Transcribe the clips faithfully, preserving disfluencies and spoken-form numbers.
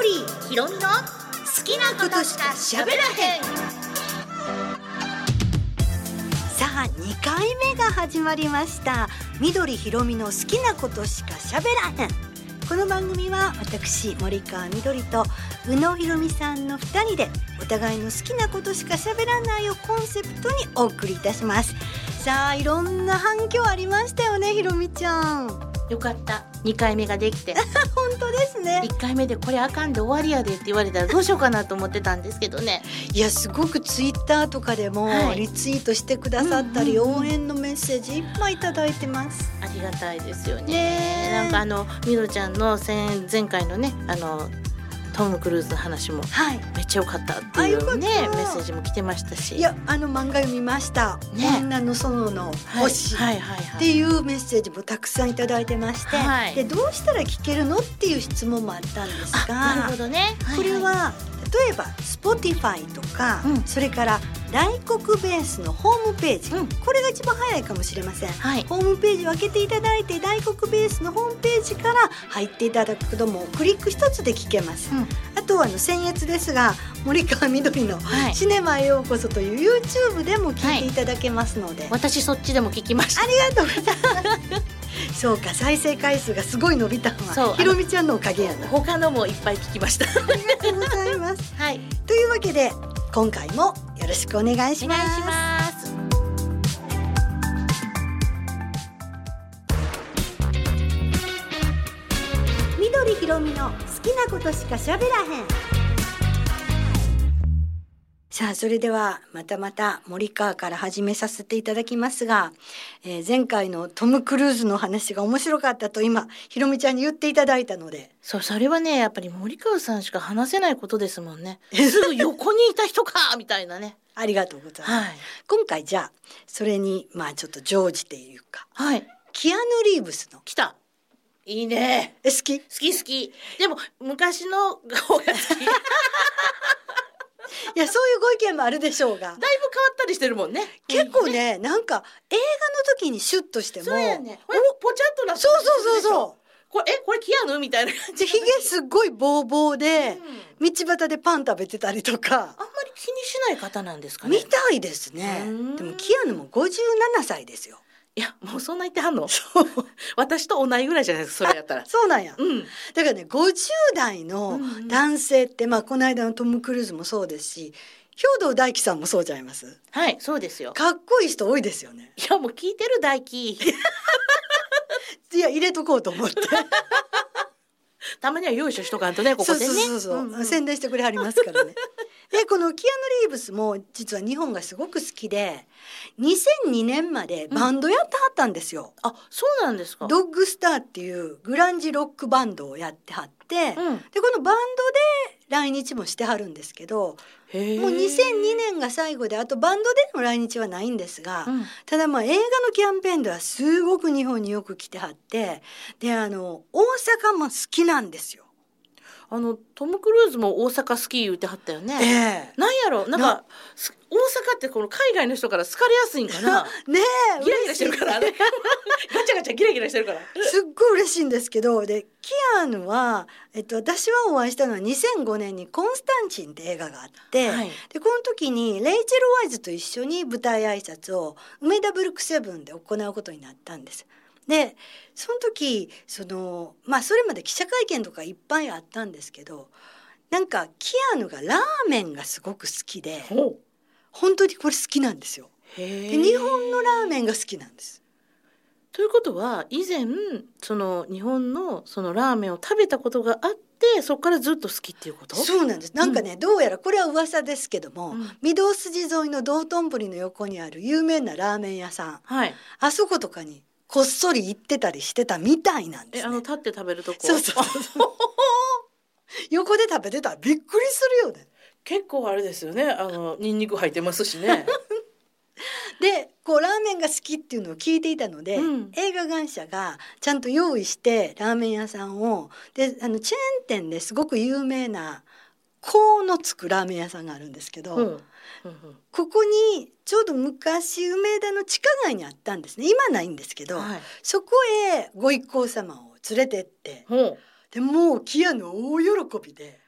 緑ひろみの好きなことしかしゃべらへん。 さあにかいめが始まりました。緑ひろみの好きなことしかしゃべらへん。この番組は私森川みどりと宇野ひろみさんのふたりでお互いの好きなことしかしゃべらないをコンセプトにお送りいたします。さあいろんな反響ありましたよね、ひろみちゃん。 よかった、にかいめができて本当ですね。 いっかいめでこれあかんで終わりやでって言われたらどうしようかなと思ってたんですけどね。 いやすごくツイッターとかでもリツイートしてくださったり、応援のメッセージいっぱいいただいてます。 ありがたいですよね。なんかあのみどちゃんの前前回のねあのトム・クルーズの話もめっちゃ良かったっていうね、メッセージも来てましたし、 いやあの漫画読みました、ね、女の園の星っていうメッセージもたくさんいただいてまして、はい、でどうしたら聞けるのっていう質問もあったんですが、 なるほどね、はいはい、 これは例えば Spotify とか、うん、それから大黒ベースのホームページ、うん、これが一番早いかもしれません、はい、ホームページを開けていただいて大黒ベースのホームページから入っていただくともクリック一つで聞けます、うん、あとはあの僭越ですが森川みどりのシネマへようこそという YouTube でも聞いていただけますので、はい、 私そっちでも聞きました。 ありがとうございますそうか、再生回数がすごい伸びたのはひろみちゃんのおかげやな。 他のもいっぱい聞きましたありがとうございます、はい、というわけで今回もよろしくお願いします。 お願いします。 緑ひろみの好きなことしかしゃべらへん。さあそれではまたまた森川から始めさせていただきますが、えー、前回のトム・クルーズの話が面白かったと今ひろみちゃんに言っていただいたので、 そうそれはねやっぱり森川さんしか話せないことですもんねすぐ横にいた人かみたいなねありがとうございます、はい、今回じゃあそれにまあちょっと乗じているか、はい、キアヌ・リーブスの来たいいね。 え好き好き好き。でも昔の方が好きいやそういうご意見もあるでしょうが、だいぶ変わったりしてるもんね。 結構ね、なんか映画の時にシュッとしても、 そうやね、おポチャッとなってる。そうそうそうそう。 これえこれキアヌみたいな感じ。 ひげすっごいボーボーで、うん、道端でパン食べてたりとか。あんまり気にしない方なんですかね。 みたいですね。でもキアヌもごじゅうななさいですよ。 いやもうそんな言ってはんの。そう私と同いぐらいじゃないですか、それやったら。 そうなんや、うん、だからねごじゅう代の男性って、うんうん、まあこの間のトム・クルーズもそうですし兵藤大樹さんもそうじゃいます。 はいそうですよ。 かっこいい人多いですよね。 いやもう聞いてる大樹いや入れとこうと思ってたまには用意しとかんとねここでね。そうそうそう、 うんうん、宣伝してくれはりますからねでこのキアヌ・リーブスも実は日本がすごく好きでにせんにねんまでバンドやってはったんですよ、 うん、あそうなんですか。 ドッグスターっていうグランジロックバンドをやってはって、うん、でこのバンドで来日もしてはるんですけど、もうにせんにねんが最後であとバンドでの来日はないんですが、うん、ただまあ映画のキャンペーンではすごく日本によく来てはってであの大阪も好きなんですよ。 あのトム・クルーズも大阪好き言ってはったよね、えー、なんやろなんか大阪ってこの海外の人から好かれやすいんかなねえギラギラしてるからねガチャガチャギラギラしてるからすっごい嬉しいんですけど、でキアヌは、えっと、私はお会いしたのはにせんごねんにコンスタンチンって映画があって、はい、でこの時にレイチェル・ワイズと一緒に舞台挨拶を梅田ブルックセブンで行うことになったんです。でその時そのまあそれまで記者会見とかいっぱいあったんですけど、なんかキアヌがラーメンがすごく好きで本当にこれ好きなんですよ。で日本のラーメンが好きなんです。 ということは以前その日本のそのラーメンを食べたことがあってそこからずっと好きっていうこと？ そうなんです。なんかね、うん、どうやらこれは噂ですけども、うん、御堂筋沿いの道頓堀の横にある有名なラーメン屋さん、はい、あそことかにこっそり行ってたりしてたみたいなんですね。 えあの立って食べるとこ。 そうそうそう横で食べてたらびっくりするよね。 結構あれですよね、あのニンニク入ってますしねでこうラーメンが好きっていうのを聞いていたので、うん、映画会社がちゃんと用意してラーメン屋さんをであのチェーン店ですごく有名な香のつくラーメン屋さんがあるんですけど、うんうんうん、ここにちょうど昔梅田の地下街にあったんですね。今ないんですけど、はい、そこへご一行様を連れてって、うん、でもうキアの大喜びで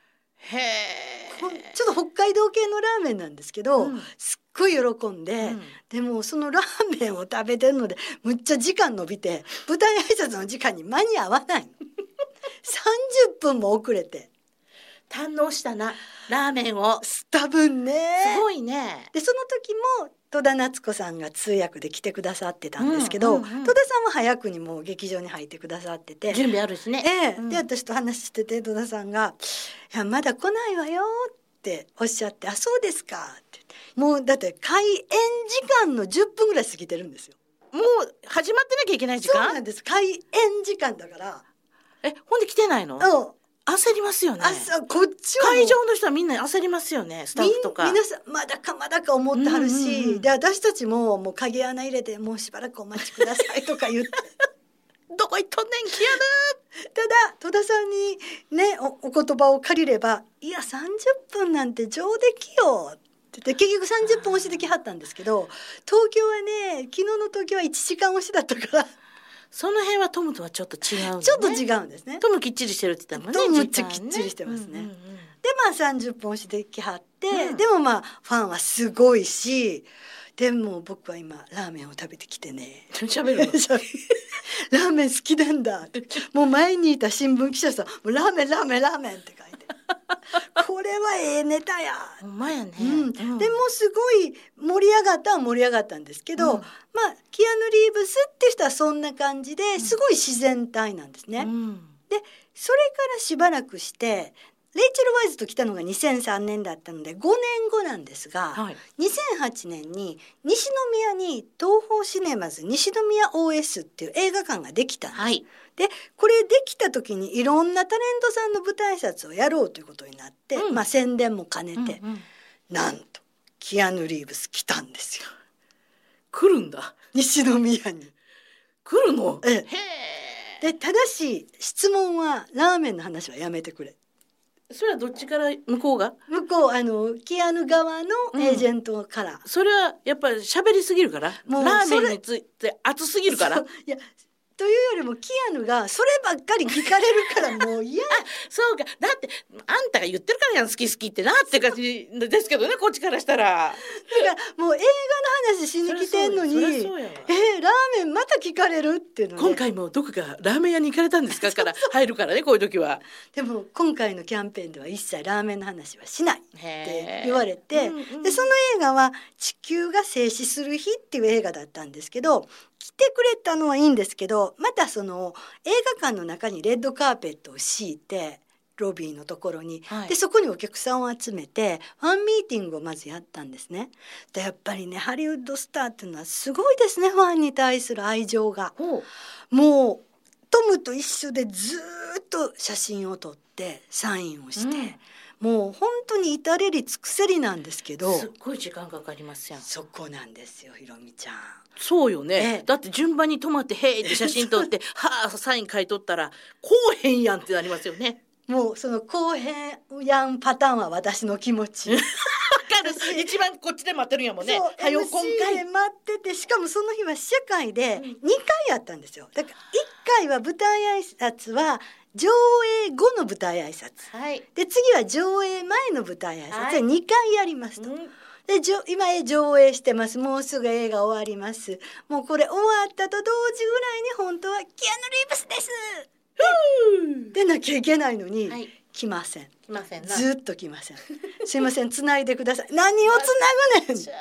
へえ。 ちょっと北海道系のラーメンなんですけど、うん、すっごい喜んで、うん、でもそのラーメンを食べてるのでむっちゃ時間伸びて舞台挨拶の時間に間に合わないさんじゅっぷんも遅れて堪能したなラーメンを。 多分ねすごいね。 でその時も戸田夏子さんが通訳で来てくださってたんですけど、うんうんうん、戸田さんは早くにもう劇場に入ってくださってて準備あるしね、 ええうん、で私と話してて戸田さんがいやまだ来ないわよっておっしゃってあそうですかってもうだって開演時間のじゅっぷんぐらい過ぎてるんですよ。 もう始まってなきゃいけない時間。 そうなんです。開演時間だからえほんで来てないの。 うん焦りますよね。 あこっちは会場の人はみんな焦りますよね。スタッフとか皆さんまだかまだか思ってはるし、うんうんうん、で私たちももう鍵穴入れてもうしばらくお待ちくださいとか言ってどこ行っとんねんキアヌ。 ただ戸田さんにね お, お言葉を借りればいやさんじゅっぷんなんて上出来よって言って結局さんじゅっぷん押しできはったんですけど東京はね昨日の東京はいちじかん押しだったからその辺はトムとはちょっと違う、ね、 ちょっと違うんですね。 トムきっちりしてるって言ったもんね。 トムめっちゃきっちりしてますね。うんうんうん、でまあさんじゅっぷん押しできはって、うん、でもまあファンはすごいしでも僕は今ラーメンを食べてきてね喋るのラーメン好きなんだもう前にいた新聞記者さんもうラーメンラーメンラーメンって書いてこれはええネタやほんまやね、 うんうん、でもすごい盛り上がったは盛り上がったんですけど、うん、まあキアヌ・リーブスって人はそんな感じですごい自然体なんですね、うん、でそれからしばらくしてレイチェル・ワイズと来たのがにせんさんねんだったのでごねんごなんですが、はい、にせんはちねんに西宮に東宝シネマズ西宮 オーエス っていう映画館ができたんです、はい、でこれできた時にいろんなタレントさんの舞台挨拶をやろうということになって、うんまあ、宣伝も兼ねて、うんうん、なんとキアヌ・リーブス来たんですよ。 来るんだ西宮に来るの。 ええ、でただし質問はラーメンの話はやめてくれ。 それはどっちから向こうが向こうあのキアヌ側のエージェントから、 うん、それはやっぱり喋りすぎるからもうラーメンについて熱すぎるからいやというよりもキアヌがそればっかり聞かれるからもう嫌そうかだってあんたが言ってるからやん好き好きってなって感じですけどねこっちからしたらだからもう映画の話しに来てんのにえー、ラーメンまた聞かれるっていうの、ね、 今回もどこかラーメン屋に行かれたんですかから入るからねこういう時は。 でも今回のキャンペーンでは一切ラーメンの話はしないって言われて、うんうん、でその映画は地球が静止する日っていう映画だったんですけど来てくれたのはいいんですけどまたその映画館の中にレッドカーペットを敷いてロビーのところに、はい、でそこにお客さんを集めてファンミーティングをまずやったんですね。でやっぱりねハリウッドスターっていうのはすごいですねファンに対する愛情が。もうトムと一緒でずっと写真を撮ってサインをして、うん、もう本当に至れり尽くせりなんですけどすっごい時間かかりますやん。 そこなんですよひろみちゃん。 そうよね、ええ、だって順番に止まってへーって写真撮ってはあサイン書いとったらこうへんやんってなりますよね。 もうそのこうへんやんパターンは私の気持ちわかる一番こっちで待ってるんやもんね。 はよ今回で待っててしかもその日は試写会でにかいやったんですよ。だからいっかいは舞台挨拶は上映後の舞台挨拶、はい、で次は上映前の舞台挨拶、はい、にかいやりますと、うんで今上映してますもうすぐ映画終わりますもうこれ終わったと同時ぐらいに本当はキアヌ・リーブスですでなきゃいけないのに、はい、来ません来ませんなずっと来ませんすいませんつないでください何をつなぐねん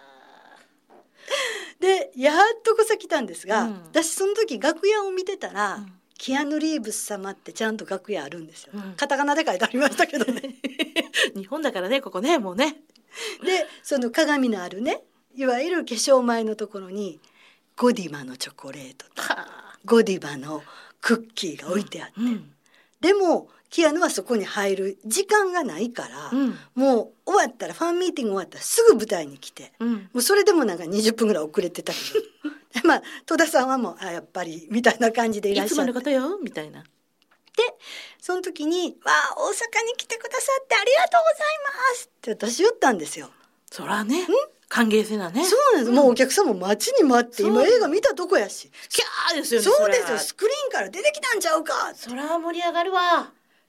でやっとこさ来たんですが、うん、私その時楽屋を見てたら、うん、キアヌ・リーブス様ってちゃんと楽屋あるんですよ、うん、カタカナで書いてありましたけどね日本だからねここねもうねでその鏡のあるねいわゆる化粧前のところにゴディバのチョコレートとゴディバのクッキーが置いてあって、うんうん、でもキアヌはそこに入る時間がないから、うん、もう終わったらファンミーティング終わったらすぐ舞台に来て、うん、もうそれでもなんかにじゅっぷんぐらい遅れてたけどまあ戸田さんはもうあやっぱりみたいな感じでいらっしゃっていつものことよみたいなでその時に「わあ大阪に来てくださってありがとうございます」って私言ったんですよ。 そらね歓迎せなね。 そうなんです、うん、もうお客さんも待ちに待って今映画見たとこやしキャーですよね。 そうですよスクリーンから出てきたんちゃうかそら盛り上がるわ。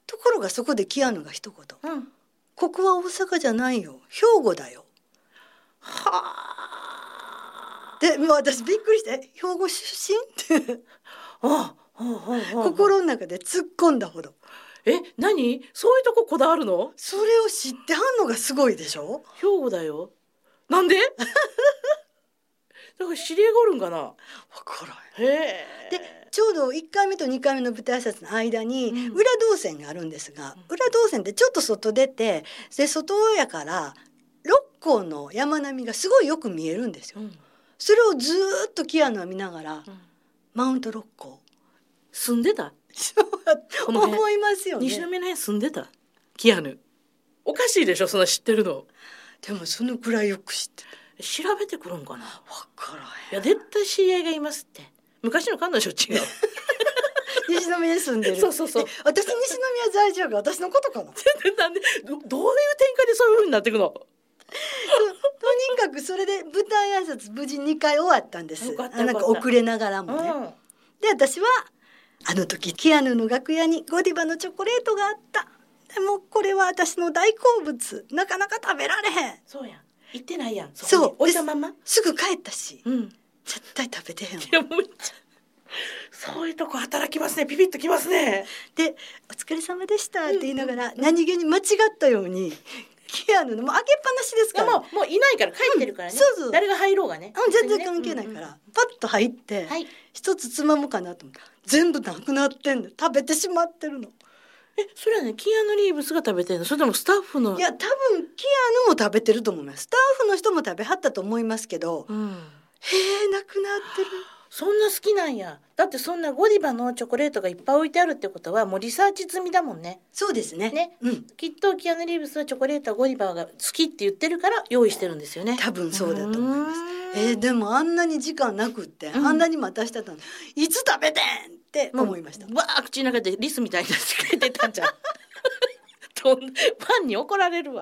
ところがそこでキアヌが一言、うん、ここは大阪じゃないよ、兵庫だよ。はあ。でもう私びっくりして、兵庫出身ってああ心の中で突っ込んだほど。 え、何？そういうとここだわるの？ それを知ってはんのがすごいでしょ。 兵庫だよ。なんで？だから知り合いがおるんかな。わからん。へえ。でちょうどいっかいめとにかいめの舞台挨拶の間に裏動線があるんですが、うん、裏動線でちょっと外出て、で外やから六甲の山並みがすごいよく見えるんですよ。うん、それをずっとキアヌは見ながら、うん、マウント六甲住んでた？ 思いますよね。 西宮の辺住んでたキアヌ。おかしいでしょ、そんな知ってるの。 でもそのくらいよく知ってた。調べてくるんかな。わからへん。いや絶対知り合いがいますって。昔の彼女違う。 西宮に住んでる。 そうそうそう。 私西宮在住が私のことかな。 なんで ど, どういう展開でそういう風になっていくの。と, とにかくそれで舞台挨拶無事にかい終わったんです。なんか遅れながらもね。うん、で私はあの時キアヌの楽屋にゴディバのチョコレートがあった。でもこれは私の大好物、なかなか食べられへん。 そうやん、行ってないやん。 そう、 置いたまますぐ帰ったし、うん、絶対食べてへんわ。いやもうそういうとこ働きますね。ピピッときますね。 でお疲れ様でしたって言いながら、うん、何気に間違ったようにキアヌのもう開けっぱなしですから。 もう、もういないから帰ってるからね。うん、そうそう。誰が入ろうがね。 うん、全然関係ないから、うんうん、パッと入って、はい、一つつまむかなと思ったら全部なくなってんの。食べてしまってるの。 え、それはね、キアヌ・リーブスが食べてるの？それともスタッフの？ いや、多分キアヌも食べてると思います。スタッフの人も食べはったと思いますけど、うん、へえ、なくなってる。 そんな好きなんや。だってそんなゴディバのチョコレートがいっぱい置いてあるってことはもうリサーチ済みだもんね。 そうですね。 ね、うん、きっとキアヌ・リーブスはチョコレートはゴディバが好きって言ってるから用意してるんですよね。 多分そうだと思います。えー、でもあんなに時間なくって、うん、あんなに待たしてたのいつ食べてんって思いました。 わー口の中でリスみたいにして出たんじゃん。ファンに怒られるわ。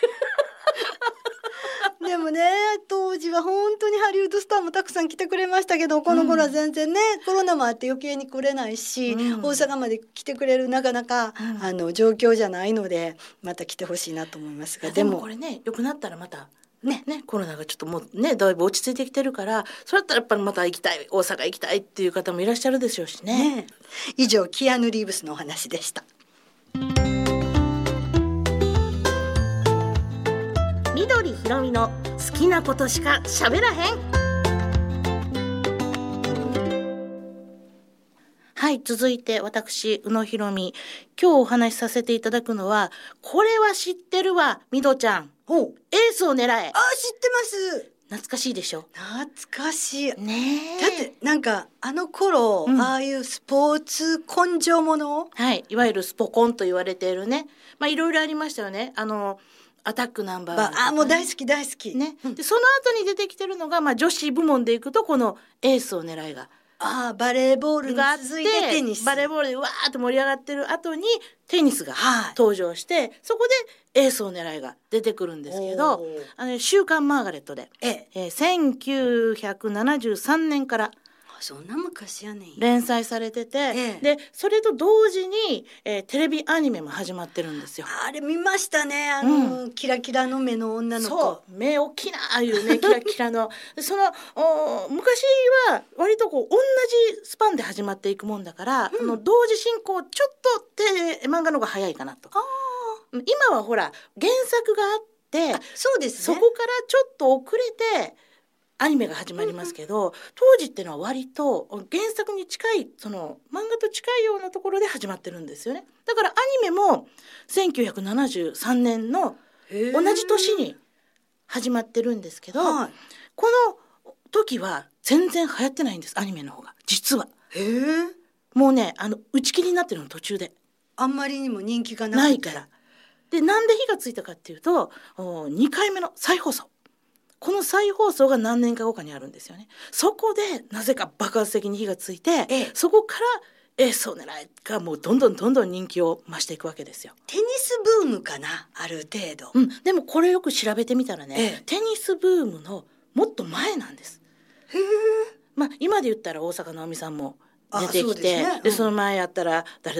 でもね、当時は本当にハリウッドスターもたくさん来てくれましたけど、この頃は全然ね、うん、コロナもあって余計に来れないし、うん、大阪まで来てくれるなかなか、うん、あの状況じゃないのでまた来てほしいなと思いますが、 でもこれね、良くなったらまたねね、コロナがちょっともうねだいぶ落ち着いてきてるから、それだったらやっぱりまた行きたい、大阪行きたいっていう方もいらっしゃるでしょうし ね, ね。 以上キアヌ・リーブスのお話でした。 緑ひろみの好きなことしか喋らへん。はい、続いて私宇野ひろみ、今日お話しさせていただくのは、これは知ってるわみどちゃん、エースを狙え。あ、知ってます。 懐かしいでしょ。 懐かしいね。 だってなんかあの頃、うん、ああいうスポーツ根性もの、 はい、いわゆるスポコンと言われているね、まあいろいろありましたよね。あのアタックナンバーワン、ね、 あ、もう大好き大好き、 ね、でその後に出てきてるのが、まあ、女子部門でいくとこのエースを狙いが、 あ、バレーボールに続いてテニス、 バレーボールでわーっと盛り上がってる後にテニスが登場して、はい、そこでエースを狙いが出てくるんですけど、あの週刊マーガレットで、ええ、せんきゅうひゃくななじゅうさんねんからそんな昔やねん連載されてて、ええ、でそれと同時に、えー、テレビアニメも始まってるんですよ。 あれ見ましたね、あの、うん、キラキラの目の女の子。 そう、目大きなああいうねキラキラのその昔は割とこう同じスパンで始まっていくもんだから、うん、あの同時進行ちょっとテ漫画の方が早いかなと。あ、今はほら原作があって、あ、そうですね、そこからちょっと遅れてアニメが始まりますけど、うんうん、当時ってのは割と原作に近い、その漫画と近いようなところで始まってるんですよね。だからアニメもせんきゅうひゃくななじゅうさんねんの同じ年に始まってるんですけど、はい、この時は全然流行ってないんです、アニメの方が実は。へー、もうね、あの打ち切りになってるの途中で、 あんまりにも人気がなくてないから。でなんで火がついたかっていうと、にかいめの再放送、この再放送が何年か後かにあるんですよね。そこでなぜか爆発的に火がついて、ええ、そこからエースを狙いがもうどんどんどんどん人気を増していくわけですよ。 テニスブームかな、ある程度、 うん、でもこれよく調べてみたらね、ええ、テニスブームのもっと前なんです。へー、まあ、今で言ったら大坂なおみさんも出てきて、 そ,、ね、うん、でその前やったら誰だ、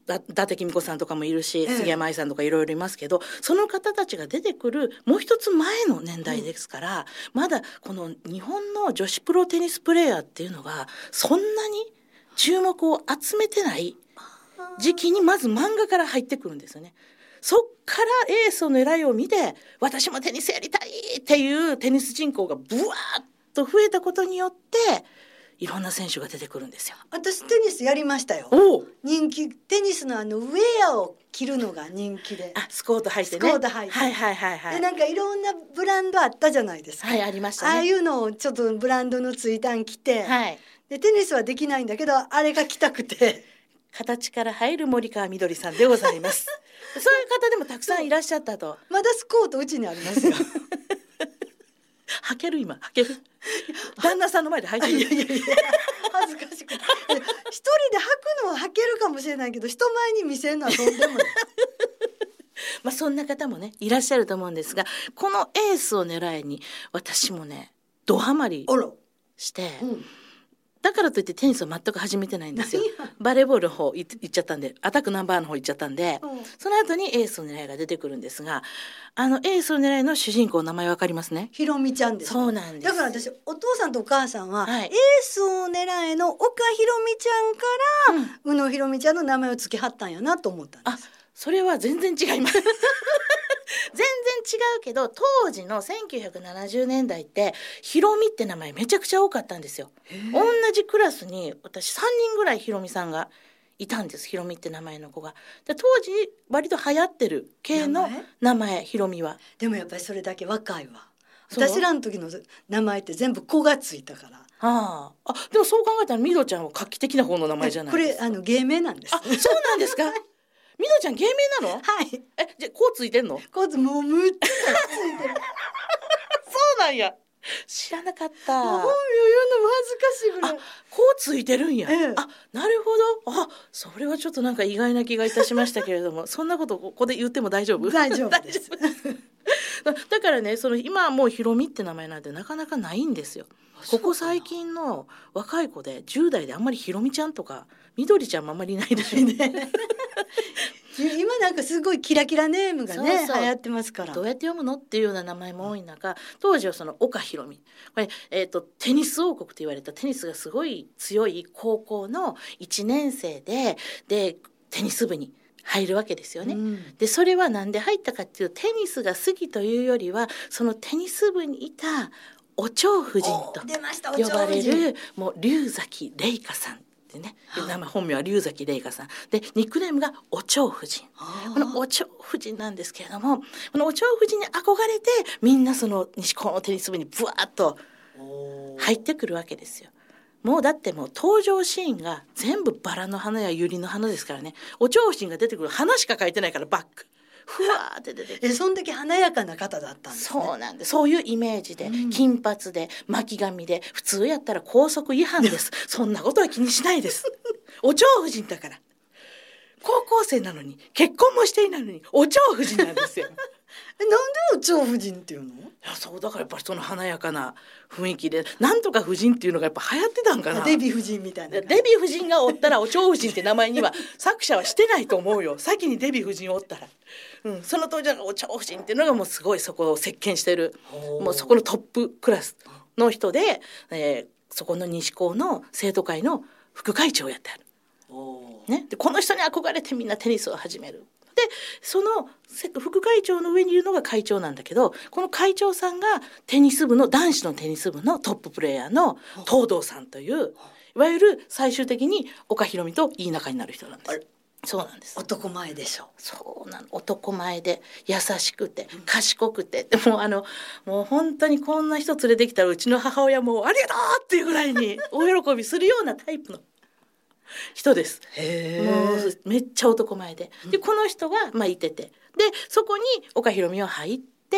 伊達公子さんとかもいるし、杉山愛さんとかいろいろいますけど、その方たちが出てくるもう一つ前の年代ですから、うん、まだこの日本の女子プロテニスプレーヤーっていうのがそんなに注目を集めてない時期にまず漫画から入ってくるんですよね。そっからエースを狙いを見て、私もテニスやりたいっていうテニス人口がブワーッと増えたことによっていろんな選手が出てくるんですよ。 私テニスやりましたよ。 お人気テニスのあのウェアを着るのが人気で、 あ、スコート履いてね。 スコート履いて、 はいはいはいはい。 でなんかいろんなブランドあったじゃないですか。 はい、ありましたね。 ああいうのをちょっとブランドのついたん着て、 はい、 でテニスはできないんだけどあれが着たくて形から入る森川みどりさんでございますそういう方でもたくさんいらっしゃったと。 まだスコートうちにありますよ履ける今履ける旦那さんの前で履いてる。 いやいやいや恥ずかしくて一人で履くのは履けるかもしれないけど人前に見せるのはとんでもないまあそんな方もねいらっしゃると思うんですが、このエースを狙いに私もねドハマりして、うん、だからといってテニスを全く始めてないんですよ。バレーボールの方行っちゃったんで、アタックナンバーの方行っちゃったんで、うん、その後にエースの狙いが出てくるんですが、あのエースの狙いの主人公の名前わかりますね。 ひろみちゃんです。 そうなんです。 だから私お父さんとお母さんは、はい、エースを狙いの岡ひろみちゃんから、うん、宇野ひろみちゃんの名前を付けはったんやなと思ったんです。 あ、それは全然違います全然違うけど、当時のせんきゅうひゃくななじゅうねんだいってひろみって名前めちゃくちゃ多かったんですよ。同じクラスに私さんにんぐらいひろみさんがいたんです。ひろみって名前の子が。で当時割と流行ってる系の名前、ひろみは。 でもやっぱりそれだけ若いわ。私らの時の名前って全部子がついたから。 ああ、でもそう考えたらみどちゃんは画期的な方の名前じゃないですか。 これあの芸名なんです。 あ、そうなんですかみどちゃん芸名なの？ はい。 え、じゃこうついてんの？ こうつもうむっつついてるそうなんや。知らなかった。 本名言うのも恥ずかしいぐらい。 あ、こうついてるんや、ええ、あ、なるほど。あ、それはちょっとなんか意外な気がいたしましたけれどもそんなことここで言っても大丈夫？ 大丈夫ですだ, だからね、その今はもうひろみって名前なんてなかなかないんですよ。ここ最近の若い子でじゅう代であんまりひろみちゃんとかみどりちゃんもあんまりいないですよね今なんかすごいキラキラネームがね、そうそう流行ってますから。 どうやって読むのっていうような名前も多い中、当時はその岡ひろみ、これ、えーと、テニス王国と言われたテニスがすごい強い高校のいちねん生ででテニス部に入るわけですよね、うん、でそれはなんで入ったかっていうと、テニスが好きというよりはそのテニス部にいたお蝶夫人と呼ばれるもう龍崎玲香さんね、名前本名は龍崎玲香さんで、ニックネームがお蝶夫人。このお蝶夫人なんですけれども、このお蝶夫人に憧れてみんなその西高のテニス部にブワーッと入ってくるわけですよ。もうだってもう登場シーンが全部バラの花や百合の花ですからね。お蝶夫人が出てくる花しか描いてないから、バックふわーって出てくる。 え、そんだけ華やかな方だったんですね。 そうなんです。そういうイメージで、うん、金髪で巻き髪で、普通やったら校則違反ですそんなことは気にしないですお蝶夫人だから。高校生なのに結婚もしていないのにお蝶夫人なんですよえ、なんでお蝶夫人っていうの？いや、そうだからやっぱりその華やかな雰囲気で、なんとか夫人っていうのがやっぱ流行ってたんかな。 デヴィ夫人みたいな。 デヴィ夫人がおったらお蝶夫人って名前には作者はしてないと思うよ。先にデヴィ夫人おったら、うん、その当時はお蝶夫人っていうのがもうすごいそこを席巻してる、もうそこのトップクラスの人で、えー、そこの西高の生徒会の副会長をやってある、ね、でこの人に憧れてみんなテニスを始める。でその副会長の上にいるのが会長なんだけど、この会長さんがテニス部の男子のテニス部のトッププレーヤーの東堂さんという、いわゆる最終的に岡ひろみといい仲になる人なんです。そうなんです。 男前でしょ。 そうなの。男前で優しくて賢くて、でもあのもう本当にこんな人連れてきたらうちの母親もありがとうっていうぐらいにお喜びするようなタイプの人です。 へもうめっちゃ男前で、でこの人がまあいてて、でそこに岡ひろみは入って、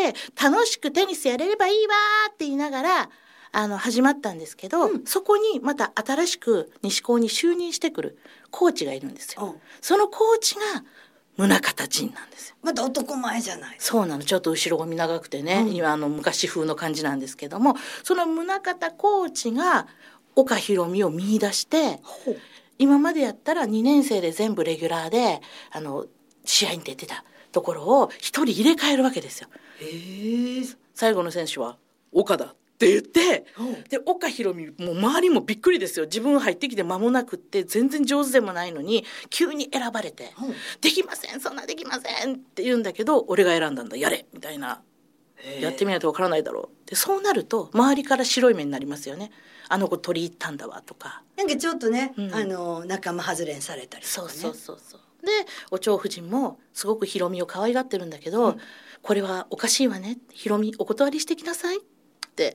楽しくテニスやれればいいわって言いながらあの始まったんですけど、うん、そこにまた新しく西高に就任してくるコーチがいるんですよ、うん、そのコーチが宗像仁なんですよ。 また男前じゃない。 そうなの。ちょっと後ろ髪長くてね、うん、今あの昔風の感じなんですけども、その宗像コーチが岡ひろみを見出して、 今までやったらにねん生で全部レギュラーであの試合に出てたところを一人入れ替えるわけですよ。 へー。 最後の選手は岡田って言って、うん、で岡ひろみもう周りもびっくりですよ。自分入ってきて間もなくって全然上手でもないのに急に選ばれて、うん、できませんそんなできませんって言うんだけど、俺が選んだんだやれみたいな、やってみないとわからないだろうで、そうなると周りから白い目になりますよね。あの子取り入ったんだわとか、 なんかちょっとね、うん、あの仲間外れにされたりとかね。 そうそうそうそう。でお蝶夫人もすごくひろみを可愛がってるんだけど、うん、これはおかしいわね、ひろみお断りしてきなさいって、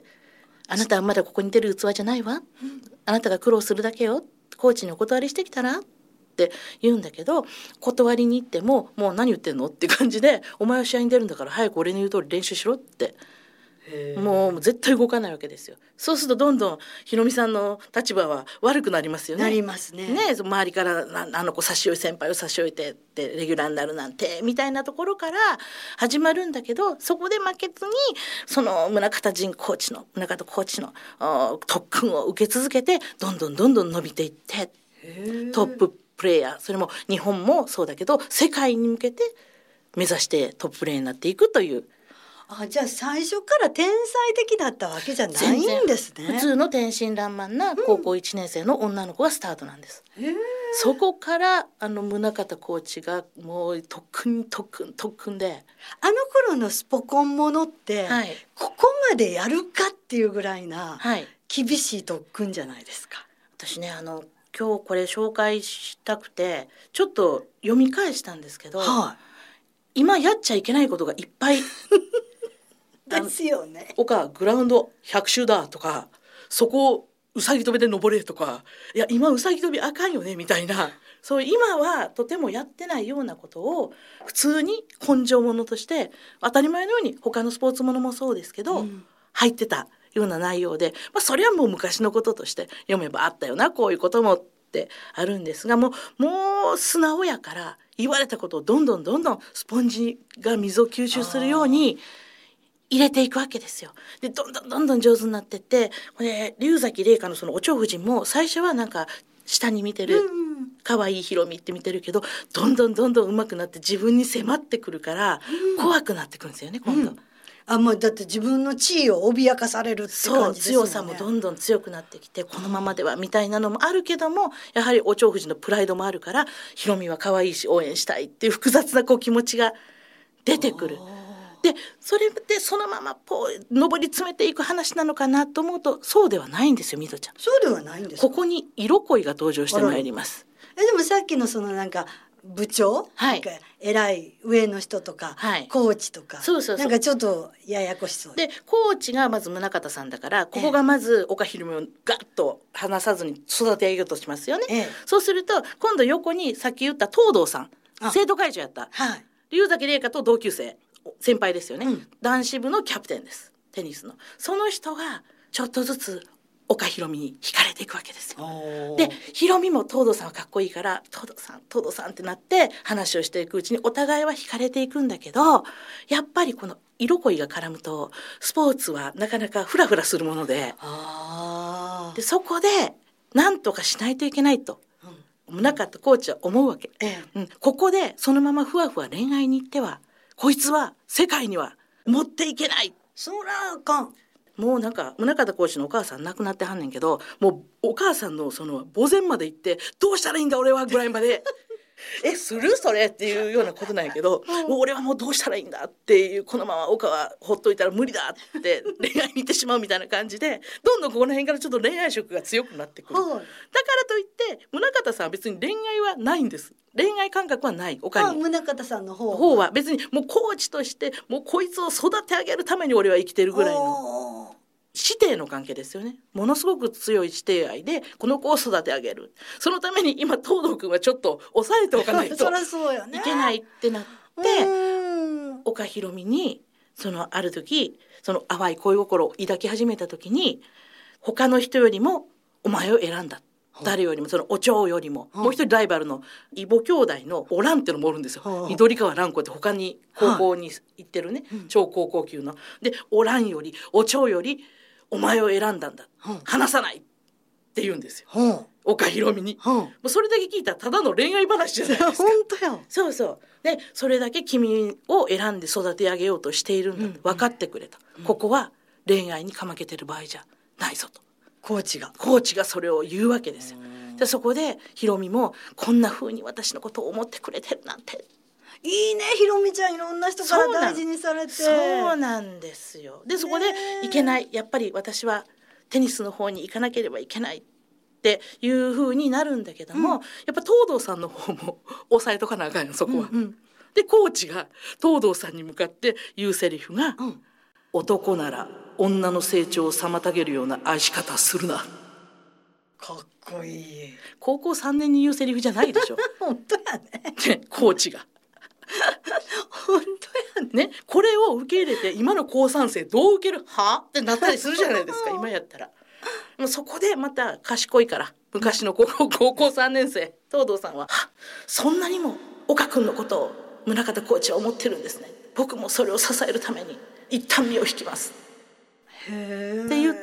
あなたはまだここに出る器じゃないわ、うん、あなたが苦労するだけよ、コーチにお断りしてきたらって言うんだけど、断りに行ってももう何言ってんのって感じで、お前は試合に出るんだから早く俺の言う通り練習しろって、もう絶対動かないわけですよ。そうするとどんどんひろみさんの立場は悪くなりますよね。 なりますね。 ね、周りからあの子差し置い先輩を差し置いてってレギュラーになるなんてみたいなところから始まるんだけど、そこで負けずにその宗像仁コーチの宗像コーチの特訓を受け続けてどんどんどんどん伸びていって、トッププレーヤー、それも日本もそうだけど世界に向けて目指してトッププレーヤーになっていくという。 あ、じゃあ最初から天才的だったわけじゃないんですね。 普通の天真爛漫な高校いちねん生の女の子がスタートなんです、うん、そこからあの宗像コーチがもう特訓特訓特訓で、 あの頃のスポコンものって、はい、ここまでやるかっていうぐらいな厳しい特訓じゃないですか、はい、 私ねあの今日これ紹介したくてちょっと読み返したんですけど、はあ、今やっちゃいけないことがいっぱいですよね。 岡グラウンドひゃく周だとか、そこをうさぎ跳びで登れとか、いや今うさぎ跳びあかんよねみたいな、そう今はとてもやってないようなことを普通に根性ものとして当たり前のように他のスポーツものもそうですけど、うん、入ってたような内容で、まあ、それはもう昔のこととして読めばあったよなこういうこともってあるんですが、もう、もう素直やから言われたことをどんどんどんどんスポンジが水を吸収するように入れていくわけですよ。でどんどんどんどん上手になってって、これ龍崎麗華のそのお蝶夫人も最初はなんか下に見てる可愛いひろみって見てるけど、どんどんどんどん上手くなって自分に迫ってくるから怖くなってくるんですよね、今度、うん、 あもうだって自分の地位を脅かされるって感じですよね。 そう強さもどんどん強くなってきて、このままではみたいなのもあるけども、やはりお蝶夫人のプライドもあるからひろみは可愛いし応援したいっていう複雑なこう気持ちが出てくる。でそれでそのままこう上り詰めていく話なのかなと思うと、そうではないんですよ、みどちゃん。 そうではないんですか。 ここに色恋が登場してまいります。 えでもさっきのそのなんか部長、はい、なんか偉い上の人とか、はい、コーチとか、そうそうそう、なんかちょっとややこしそうで、コーチがまず宗像さんだから、ここがまず岡ひろみをガッと離さずに育て上げようとしますよね、ええ、そうすると今度横にさっき言った東堂さん、生徒会長やった、はい、龍崎麗華と同級生先輩ですよね、うん、男子部のキャプテンです、テニスの。その人がちょっとずつ岡ひろみに惹かれていくわけですよ。でひろみも東堂さんはかっこいいから東堂さん東堂さんってなって話をしていくうちにお互いは惹かれていくんだけど、やっぱりこの色恋が絡むとスポーツはなかなかフラフラするもので、あでそこで何とかしないといけないと宗像コーチは思うわけ、ええうん、ここでそのままふわふわ恋愛に行ってはこいつは世界には持っていけない、 そらあかん。 もうなんか宗像コーチのお母さん亡くなってはんねんけど、もうお母さんのその墓前まで行ってどうしたらいいんだ俺はぐらいまでえするそれっていうようなことなんやけど、もう俺はもうどうしたらいいんだっていう、このまま岡はほっといたら無理だって恋愛に行ってしまうみたいな感じで、どんどんこの辺からちょっと恋愛色が強くなってくる、はい、だからといって宗像さんは別に恋愛はないんです。恋愛感覚はない。岡に宗像さんの方は方は別にもうコーチとしてもうこいつを育て上げるために俺は生きてるぐらいの師弟の関係ですよね。ものすごく強い師弟愛でこの子を育て上げる。そのために今東堂君はちょっと抑えておかないといけないってなって岡ひろみにそのある時その淡い恋心を抱き始めた時に、他の人よりもお前を選んだ、誰よりもそのお蝶よりも、もう一人ライバルの異母兄弟のお蘭っていうのもおるんですよ。緑川蘭子って他に高校に行ってるね、超高校級ので、お蘭よりお蝶よりお前を選んだんだ、離さないって言うんですよ。 岡ひろみに、うん、もうそれだけ聞いたらただの恋愛話じゃないですか。 本当よ。 そうそうでそれだけ君を選んで育て上げようとしているんだと分かってくれと、うん、ここは恋愛にかまけてる場合じゃないぞとコーチがコーチがそれを言うわけですよ。でそこでひろみもこんな風に私のことを思ってくれてるなんていいね。ひろみちゃんいろんな人から大事にされてそうなんですよ。でそこでいけないやっぱり私はテニスの方に行かなければいけないっていう風になるんだけども、うん、やっぱ東堂さんの方も抑えとかなあかんよそこは、うんうん、でコーチが東堂さんに向かって言うセリフが、うん、男なら女の成長を妨げるような愛し方するな。 かっこいい。 高校さんねんに言うセリフじゃないでしょ本当やねコーチが本当やねねこれを受け入れて今の高さん生どう受けるはってなったりするじゃないですか今やったら。もうそこでまた賢いから昔の高校、高校さんねん生東堂さんはそんなにも岡君のことを宗像コーチは思ってるんですね。僕もそれを支えるために一旦身を引きますへって言って、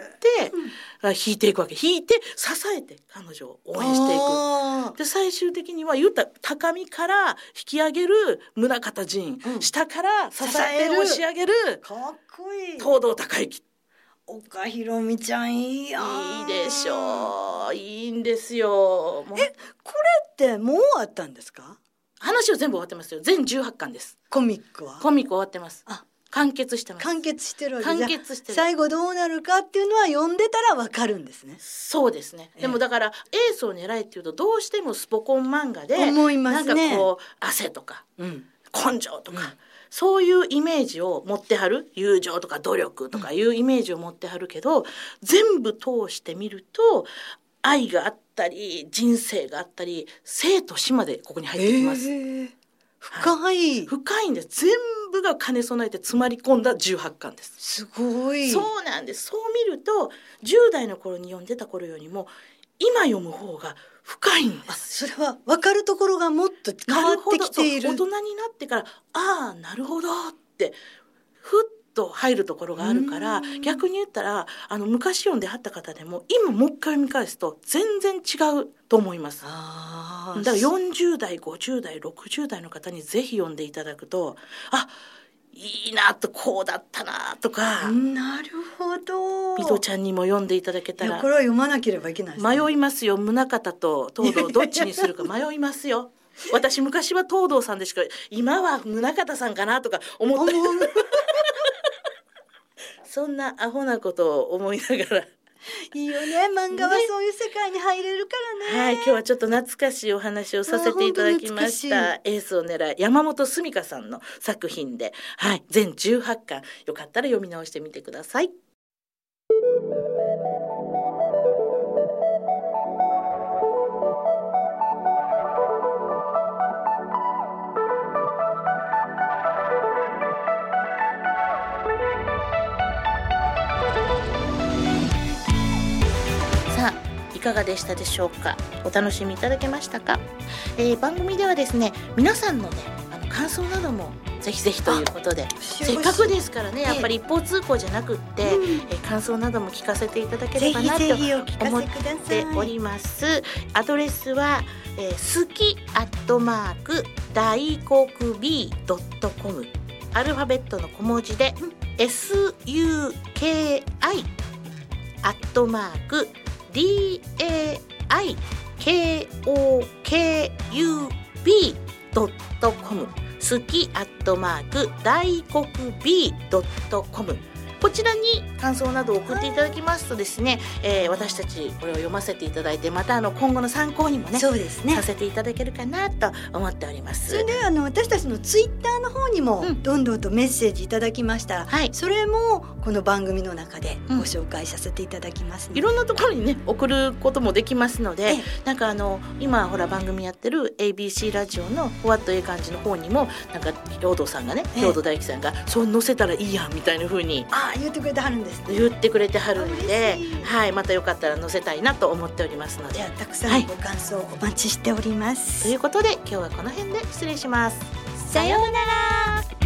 うん、引いていくわけ。引いて支えて彼女を応援していく。で最終的には言った高みから引き上げる宗像陣、うん、下から支えて押し上げるかっこいい東堂孝之。 岡ひろみちゃんいいやいいでしょう。いいんですよ。もうえこれってもう終わったんですか？ 話は全部終わってますよ。全じゅうはちかんです。 コミックはコミック終わってます。あ完結してます。 完結してるわけ。 完結してる。 最後どうなるかっていうのは読んでたらわかるんですね。 そうですね。でもだからエースを狙えっていうとどうしてもスポコン漫画で思いますね。 なんかこう汗とか、うん、根性とか、うん、そういうイメージを持ってはる。友情とか努力とかいうイメージを持ってはるけど、うん、全部通してみると愛があったり人生があったり生と死までここに入ってきます。えー深い、 はい、深いんです。全部が兼ね備えて詰まり込んだじゅうはちかんです。 すごい。 そうなんです。そう見るとじゅう代の頃に読んでた頃よりも今読む方が深いんです。 それは分かるところがもっと変わってきている。 大人になってからああなるほどってふっと入るところがあるから、逆に言ったらあの昔読んではった方でも今もう一回読み返すと全然違うと思います。あだからよんじゅう代ごじゅう代ろくじゅう代の方にぜひ読んでいただくとあいいなとこうだったなとか。 なるほど。 水戸ちゃんにも読んでいただけたら。 いやこれは読まなければいけないですね。 迷いますよ。宗像と東堂どっちにするか迷いますよ私昔は東堂さんでしか今は宗像さんかなとか思ったそんなアホなことを思いながらいいよね。漫画はそういう世界に入れるからね。 はい、今日はちょっと懐かしいお話をさせていただきました。エースを狙い山本澄香さんの作品で、はい、全じゅうはちかんよかったら読み直してみてください。いかがでしたでしょうか。お楽しみいただけましたか。えー、番組ではですね皆さんのねあの感想などもぜひぜひということでせっかくですからねやっぱり一方通行じゃなくって、うん、えー、感想なども聞かせていただければなと思っております。アドレスは、えー、好きアットマーク大国 ビードットコム アルファベットの小文字で、うん、エスユーケーアイ アットマークディーエーアイケーオーケーユービードットコム 好きアットマーク大国 ビードットコム こちらに感想などを送っていただきますとですね、えー、私たちこれを読ませていただいてまたあの今後の参考にもね、 そうですね、 させていただけるかなと思っております。 それであの私たちのツイッターの方にもどんどんとメッセージいただきましたら、うん、はい、それもこの番組の中でご紹介させていただきます、ね、うん、 いろんなところにね送ることもできますので、ええ、なんかあの今ほら番組やってる エービーシー ラジオのふわっとええ感じの方にもなんか兵藤さんがね、兵藤大樹さんがそう載せたらいいやんみたいな風にあ言ってくれてはるんですね。 言ってくれてはるんで、はい、またよかったら載せたいなと思っておりますので、 じゃあたくさんご感想お待ちしております、 はい、ということで今日はこの辺で失礼します。さようなら。